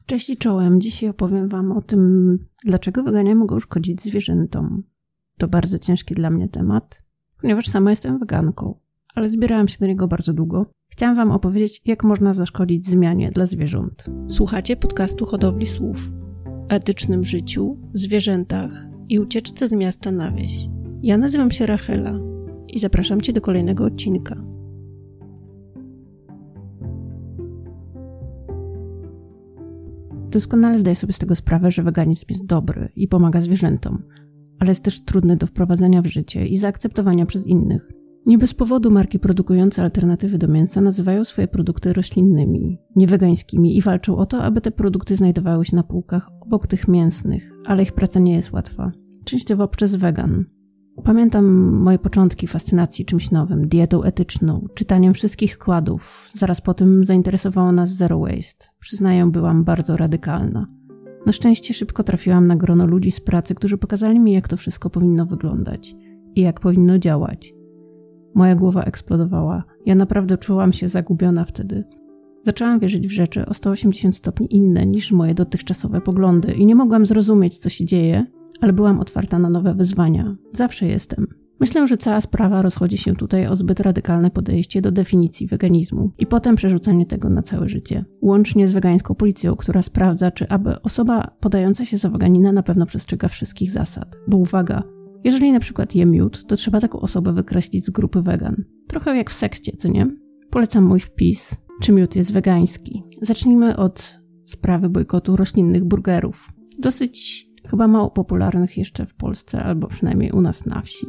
Cześć i czołem. Dzisiaj opowiem Wam o tym, dlaczego weganie mogą szkodzić zwierzętom. To bardzo ciężki dla mnie temat, ponieważ sama jestem weganką, ale zbierałam się do niego bardzo długo. Chciałam Wam opowiedzieć, jak można zaszkodzić zmianie dla zwierząt. Słuchacie podcastu Hodowli Słów. O etycznym życiu, zwierzętach i ucieczce z miasta na wieś. Ja nazywam się Rachela i zapraszam Cię do kolejnego odcinka. Doskonale zdaję sobie z tego sprawę, że weganizm jest dobry i pomaga zwierzętom, ale jest też trudny do wprowadzenia w życie i zaakceptowania przez innych. Nie bez powodu marki produkujące alternatywy do mięsa nazywają swoje produkty roślinnymi, niewegańskimi i walczą o to, aby te produkty znajdowały się na półkach obok tych mięsnych, ale ich praca nie jest łatwa. Częściowo przez wegan. Pamiętam moje początki fascynacji czymś nowym, dietą etyczną, czytaniem wszystkich składów. Zaraz po tym zainteresowało nas zero waste. Przyznaję, byłam bardzo radykalna. Na szczęście szybko trafiłam na grono ludzi z pracy, którzy pokazali mi, jak to wszystko powinno wyglądać i jak powinno działać. Moja głowa eksplodowała. Ja naprawdę czułam się zagubiona wtedy. Zaczęłam wierzyć w rzeczy o 180 stopni inne niż moje dotychczasowe poglądy i nie mogłam zrozumieć, co się dzieje, ale byłam otwarta na nowe wyzwania. Zawsze jestem. Myślę, że cała sprawa rozchodzi się tutaj o zbyt radykalne podejście do definicji weganizmu i potem przerzucanie tego na całe życie. Łącznie z wegańską policją, która sprawdza, czy aby osoba podająca się za weganina na pewno przestrzega wszystkich zasad. Bo uwaga, jeżeli na przykład je miód, to trzeba taką osobę wykreślić z grupy wegan. Trochę jak w sekcie, co nie? Polecam mój wpis, czy miód jest wegański. Zacznijmy od sprawy bojkotu roślinnych burgerów. Dosyć chyba mało popularnych jeszcze w Polsce, albo przynajmniej u nas na wsi.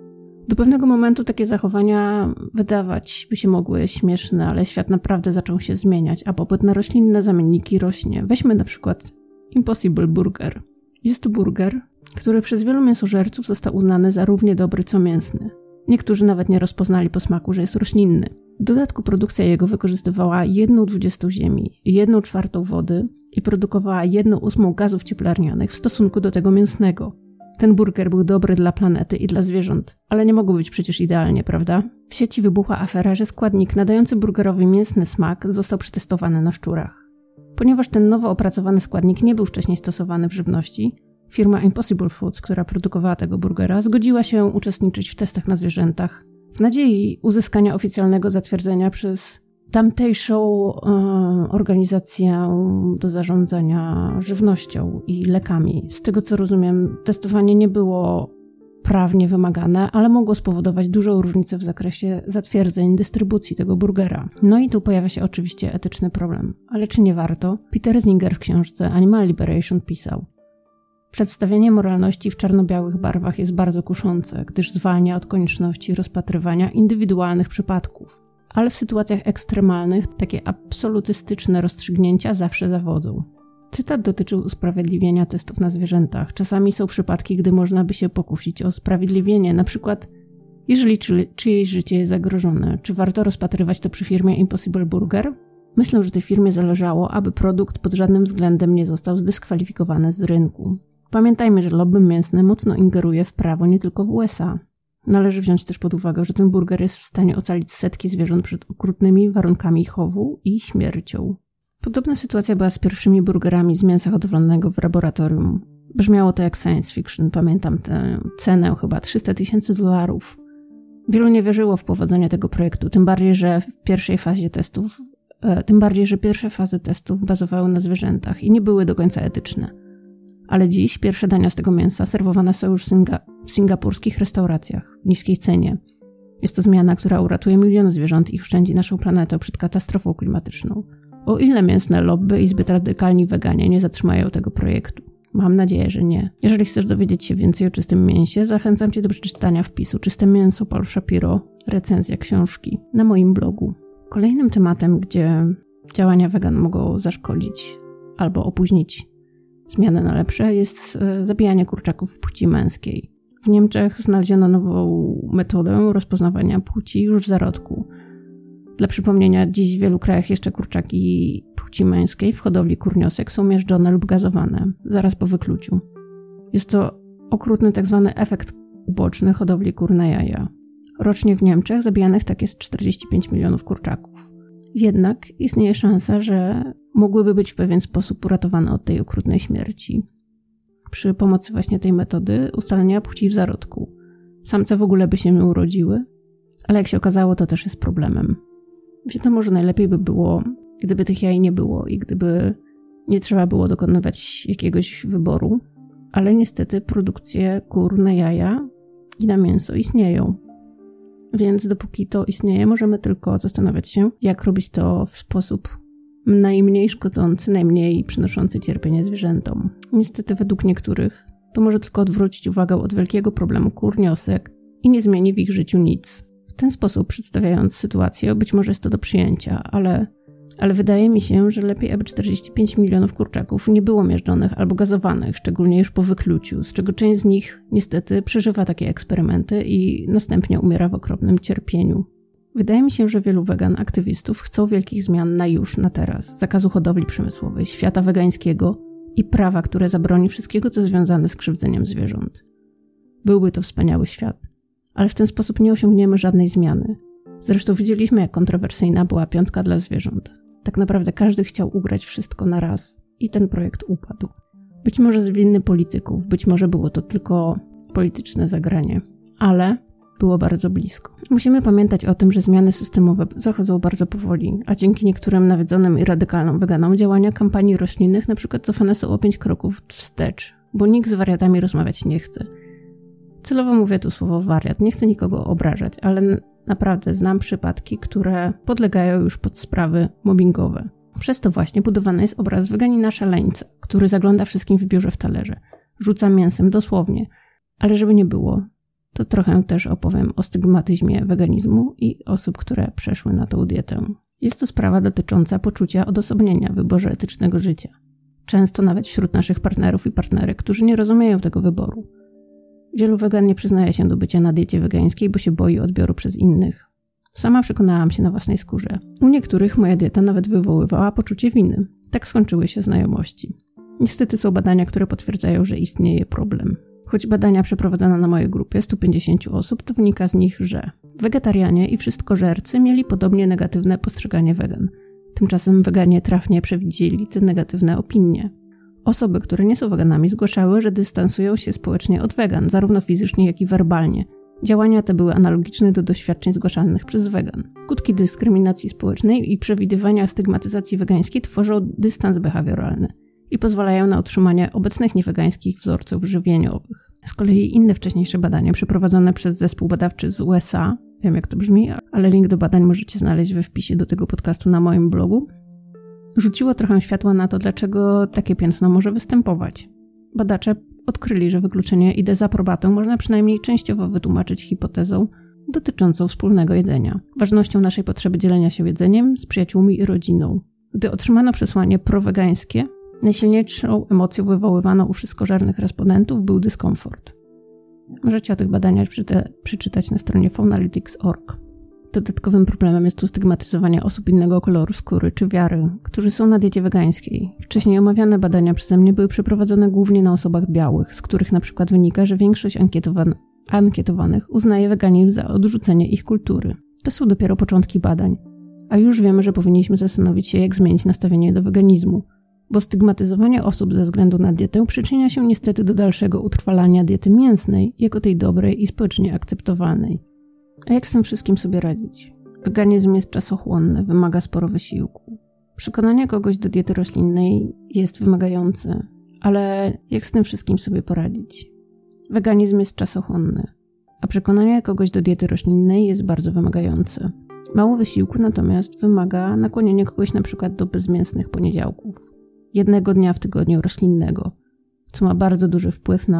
Do pewnego momentu takie zachowania wydawać by się mogły śmieszne, ale świat naprawdę zaczął się zmieniać, a popyt na roślinne zamienniki rośnie. Weźmy na przykład Impossible Burger. Jest to burger, który przez wielu mięsożerców został uznany za równie dobry co mięsny. Niektórzy nawet nie rozpoznali po smaku, że jest roślinny. W dodatku produkcja jego wykorzystywała 1/20 ziemi, 1/4 wody i produkowała 1/8 gazów cieplarnianych w stosunku do tego mięsnego. Ten burger był dobry dla planety i dla zwierząt, ale nie mogło być przecież idealnie, prawda? W sieci wybuchła afera, że składnik nadający burgerowi mięsny smak został przetestowany na szczurach. Ponieważ ten nowo opracowany składnik nie był wcześniej stosowany w żywności, firma Impossible Foods, która produkowała tego burgera, zgodziła się uczestniczyć w testach na zwierzętach w nadziei uzyskania oficjalnego zatwierdzenia przez tamtejszą organizację do zarządzania żywnością i lekami. Z tego co rozumiem, testowanie nie było prawnie wymagane, ale mogło spowodować dużą różnicę w zakresie zatwierdzeń dystrybucji tego burgera. No i tu pojawia się oczywiście etyczny problem. Ale czy nie warto? Peter Singer w książce Animal Liberation pisał: przedstawienie moralności w czarno-białych barwach jest bardzo kuszące, gdyż zwalnia od konieczności rozpatrywania indywidualnych przypadków. Ale w sytuacjach ekstremalnych takie absolutystyczne rozstrzygnięcia zawsze zawodzą. Cytat dotyczył usprawiedliwienia testów na zwierzętach. Czasami są przypadki, gdy można by się pokusić o usprawiedliwienie, na przykład jeżeli czyjeś życie jest zagrożone. Czy warto rozpatrywać to przy firmie Impossible Burger? Myślę, że tej firmie zależało, aby produkt pod żadnym względem nie został zdyskwalifikowany z rynku. Pamiętajmy, że lobby mięsne mocno ingeruje w prawo nie tylko w USA. Należy wziąć też pod uwagę, że ten burger jest w stanie ocalić setki zwierząt przed okrutnymi warunkami chowu i śmiercią. Podobna sytuacja była z pierwszymi burgerami z mięsa hodowlanego w laboratorium. Brzmiało to jak science fiction, pamiętam tę cenę, chyba $300,000. Wielu nie wierzyło w powodzenie tego projektu, tym bardziej, że pierwsze fazy testów bazowały na zwierzętach i nie były do końca etyczne. Ale dziś pierwsze dania z tego mięsa serwowane są już w singapurskich restauracjach w niskiej cenie. Jest to zmiana, która uratuje miliony zwierząt i oszczędzi naszą planetę przed katastrofą klimatyczną. O ile mięsne lobby i zbyt radykalni weganie nie zatrzymają tego projektu? Mam nadzieję, że nie. Jeżeli chcesz dowiedzieć się więcej o czystym mięsie, zachęcam Cię do przeczytania wpisu Czyste mięso Paul Shapiro, recenzja książki na moim blogu. Kolejnym tematem, gdzie działania wegan mogą zaszkodzić albo opóźnić zmianę na lepsze, jest zabijanie kurczaków płci męskiej. W Niemczech znaleziono nową metodę rozpoznawania płci już w zarodku. Dla przypomnienia, dziś w wielu krajach jeszcze kurczaki płci męskiej w hodowli kurniosek są miażdżone lub gazowane, zaraz po wykluciu. Jest to okrutny tzw. efekt uboczny hodowli kur na jaja. Rocznie w Niemczech zabijanych tak jest 45 milionów kurczaków. Jednak istnieje szansa, że mogłyby być w pewien sposób uratowane od tej okrutnej śmierci. Przy pomocy właśnie tej metody ustalenia płci w zarodku. Samce w ogóle by się nie urodziły, ale jak się okazało, to też jest problemem. Wiadomo, że najlepiej by było, gdyby tych jaj nie było i gdyby nie trzeba było dokonywać jakiegoś wyboru, ale niestety produkcje kur na jaja i na mięso istnieją. Więc dopóki to istnieje, możemy tylko zastanawiać się, jak robić to w sposób najmniej szkodzący, najmniej przynoszący cierpienie zwierzętom. Niestety według niektórych to może tylko odwrócić uwagę od wielkiego problemu kurniosek i nie zmieni w ich życiu nic. W ten sposób przedstawiając sytuację, być może jest to do przyjęcia, ale wydaje mi się, że lepiej, aby 45 milionów kurczaków nie było miażdżonych albo gazowanych, szczególnie już po wykluciu, z czego część z nich niestety przeżywa takie eksperymenty i następnie umiera w okropnym cierpieniu. Wydaje mi się, że wielu wegan aktywistów chcą wielkich zmian na już, na teraz, zakazu hodowli przemysłowej, świata wegańskiego i prawa, które zabroni wszystkiego, co związane z krzywdzeniem zwierząt. Byłby to wspaniały świat, ale w ten sposób nie osiągniemy żadnej zmiany. Zresztą widzieliśmy, jak kontrowersyjna była 5 dla zwierząt. Tak naprawdę każdy chciał ugrać wszystko na raz i ten projekt upadł. Być może z winy polityków, być może było to tylko polityczne zagranie, ale było bardzo blisko. Musimy pamiętać o tym, że zmiany systemowe zachodzą bardzo powoli, a dzięki niektórym nawiedzonym i radykalnym weganom działania kampanii roślinnych na przykład cofane są o 5 kroków wstecz, bo nikt z wariatami rozmawiać nie chce. Celowo mówię tu słowo wariat, nie chcę nikogo obrażać, ale naprawdę znam przypadki, które podlegają już pod sprawy mobbingowe. Przez to właśnie budowany jest obraz weganina szaleńca, który zagląda wszystkim w biurze w talerze. Rzuca mięsem dosłownie. Ale żeby nie było, to trochę też opowiem o stygmatyzmie weganizmu i osób, które przeszły na tą dietę. Jest to sprawa dotycząca poczucia odosobnienia w wyborze etycznego życia. Często nawet wśród naszych partnerów i partnerek, którzy nie rozumieją tego wyboru. Wielu wegan nie przyznaje się do bycia na diecie wegańskiej, bo się boi odbioru przez innych. Sama przekonałam się na własnej skórze. U niektórych moja dieta nawet wywoływała poczucie winy. Tak skończyły się znajomości. Niestety są badania, które potwierdzają, że istnieje problem. Choć badania przeprowadzono na mojej grupie 150 osób, to wynika z nich, że wegetarianie i wszystkożercy mieli podobnie negatywne postrzeganie wegan. Tymczasem weganie trafnie przewidzieli te negatywne opinie. Osoby, które nie są weganami, zgłaszały, że dystansują się społecznie od wegan, zarówno fizycznie, jak i werbalnie. Działania te były analogiczne do doświadczeń zgłaszanych przez wegan. Skutki dyskryminacji społecznej i przewidywania stygmatyzacji wegańskiej tworzą dystans behawioralny i pozwalają na utrzymanie obecnych niewegańskich wzorców żywieniowych. Z kolei inne wcześniejsze badania przeprowadzone przez zespół badawczy z USA, wiem jak to brzmi, ale link do badań możecie znaleźć we wpisie do tego podcastu na moim blogu, rzuciło trochę światła na to, dlaczego takie piętno może występować. Badacze odkryli, że wykluczenie i dezaprobatę można przynajmniej częściowo wytłumaczyć hipotezą dotyczącą wspólnego jedzenia, ważnością naszej potrzeby dzielenia się jedzeniem z przyjaciółmi i rodziną. Gdy otrzymano przesłanie prowegańskie, najsilniejszą emocją wywoływaną u wszystkożernych respondentów był dyskomfort. Możecie o tych badaniach przeczytać na stronie faunalytics.org. Dodatkowym problemem jest tu stygmatyzowanie osób innego koloru skóry czy wiary, którzy są na diecie wegańskiej. Wcześniej omawiane badania przeze mnie były przeprowadzone głównie na osobach białych, z których na przykład wynika, że większość ankietowanych uznaje weganizm za odrzucenie ich kultury. To są dopiero początki badań, a już wiemy, że powinniśmy zastanowić się, jak zmienić nastawienie do weganizmu, bo stygmatyzowanie osób ze względu na dietę przyczynia się niestety do dalszego utrwalania diety mięsnej jako tej dobrej i społecznie akceptowalnej. A jak z tym wszystkim sobie radzić? Weganizm jest czasochłonny, wymaga sporo wysiłku. Przekonanie kogoś do diety roślinnej jest wymagające, ale jak z tym wszystkim sobie poradzić? Weganizm jest czasochłonny, a przekonanie kogoś do diety roślinnej jest bardzo wymagające. Mało wysiłku natomiast wymaga nakłonienia kogoś na przykład do bezmięsnych poniedziałków, jednego dnia w tygodniu roślinnego, co ma bardzo duży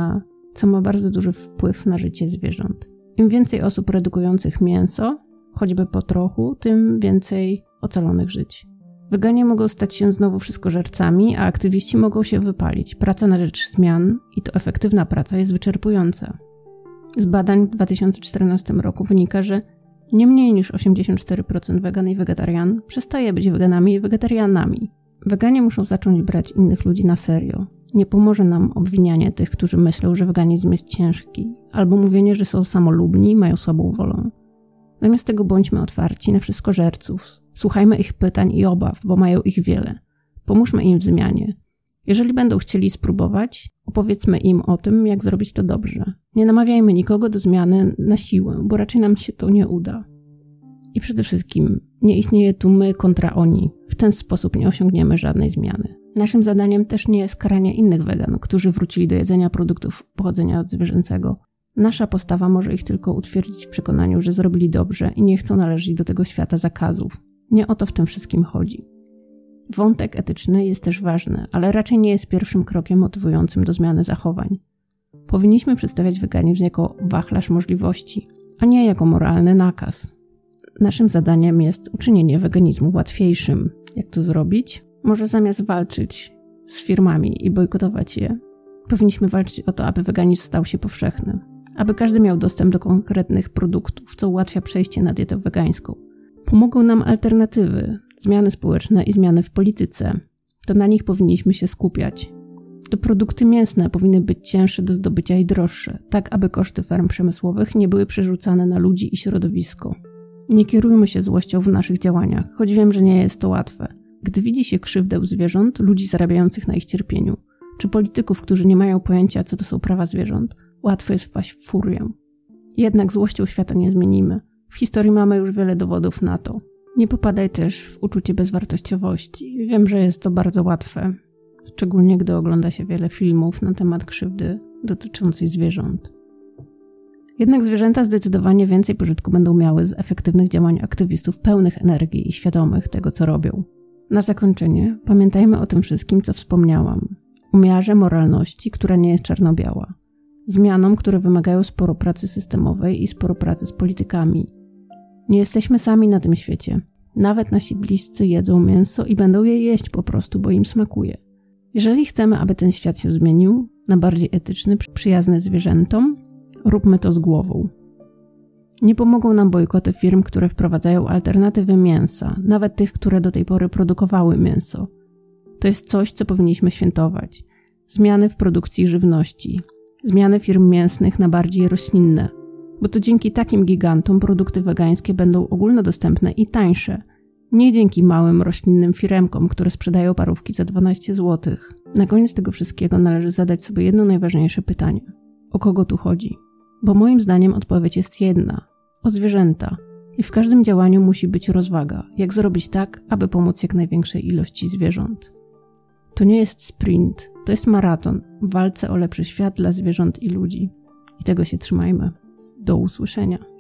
wpływ na życie zwierząt. Im więcej osób redukujących mięso, choćby po trochu, tym więcej ocalonych żyć. Weganie mogą stać się znowu wszystkożercami, a aktywiści mogą się wypalić. Praca na rzecz zmian, i to efektywna praca, jest wyczerpująca. Z badań w 2014 roku wynika, że nie mniej niż 84% wegan i wegetarian przestaje być weganami i wegetarianami. Weganie muszą zacząć brać innych ludzi na serio. Nie pomoże nam obwinianie tych, którzy myślą, że weganizm jest ciężki, albo mówienie, że są samolubni i mają słabą wolę. Zamiast tego bądźmy otwarci na wszystkożerców. Słuchajmy ich pytań i obaw, bo mają ich wiele. Pomóżmy im w zmianie. Jeżeli będą chcieli spróbować, opowiedzmy im o tym, jak zrobić to dobrze. Nie namawiajmy nikogo do zmiany na siłę, bo raczej nam się to nie uda. I przede wszystkim nie istnieje tu my kontra oni. W ten sposób nie osiągniemy żadnej zmiany. Naszym zadaniem też nie jest karanie innych weganów, którzy wrócili do jedzenia produktów pochodzenia zwierzęcego. Nasza postawa może ich tylko utwierdzić w przekonaniu, że zrobili dobrze i nie chcą należeć do tego świata zakazów. Nie o to w tym wszystkim chodzi. Wątek etyczny jest też ważny, ale raczej nie jest pierwszym krokiem motywującym do zmiany zachowań. Powinniśmy przedstawiać weganizm jako wachlarz możliwości, a nie jako moralny nakaz. Naszym zadaniem jest uczynienie weganizmu łatwiejszym. Jak to zrobić? Może zamiast walczyć z firmami i bojkotować je, powinniśmy walczyć o to, aby weganizm stał się powszechny. Aby każdy miał dostęp do konkretnych produktów, co ułatwia przejście na dietę wegańską. Pomogą nam alternatywy, zmiany społeczne i zmiany w polityce. To na nich powinniśmy się skupiać. To produkty mięsne powinny być cięższe do zdobycia i droższe, tak aby koszty ferm przemysłowych nie były przerzucane na ludzi i środowisko. Nie kierujmy się złością w naszych działaniach, choć wiem, że nie jest to łatwe. Gdy widzi się krzywdę zwierząt, ludzi zarabiających na ich cierpieniu, czy polityków, którzy nie mają pojęcia, co to są prawa zwierząt, łatwo jest wpaść w furię. Jednak złością świata nie zmienimy. W historii mamy już wiele dowodów na to. Nie popadaj też w uczucie bezwartościowości. Wiem, że jest to bardzo łatwe, szczególnie gdy ogląda się wiele filmów na temat krzywdy dotyczącej zwierząt. Jednak zwierzęta zdecydowanie więcej pożytku będą miały z efektywnych działań aktywistów pełnych energii i świadomych tego, co robią. Na zakończenie pamiętajmy o tym wszystkim, co wspomniałam. Umiarze moralności, która nie jest czarno-biała. Zmianom, które wymagają sporo pracy systemowej i sporo pracy z politykami. Nie jesteśmy sami na tym świecie. Nawet nasi bliscy jedzą mięso i będą je jeść po prostu, bo im smakuje. Jeżeli chcemy, aby ten świat się zmienił na bardziej etyczny, przyjazny zwierzętom, róbmy to z głową. Nie pomogą nam bojkoty firm, które wprowadzają alternatywy mięsa, nawet tych, które do tej pory produkowały mięso. To jest coś, co powinniśmy świętować. Zmiany w produkcji żywności. Zmiany firm mięsnych na bardziej roślinne. Bo to dzięki takim gigantom produkty wegańskie będą ogólnodostępne i tańsze. Nie dzięki małym roślinnym firemkom, które sprzedają parówki za 12 zł. Na koniec tego wszystkiego należy zadać sobie jedno najważniejsze pytanie. O kogo tu chodzi? Bo moim zdaniem odpowiedź jest jedna. O zwierzęta. I w każdym działaniu musi być rozwaga. Jak zrobić tak, aby pomóc jak największej ilości zwierząt. To nie jest sprint, to jest maraton w walce o lepszy świat dla zwierząt i ludzi. I tego się trzymajmy. Do usłyszenia.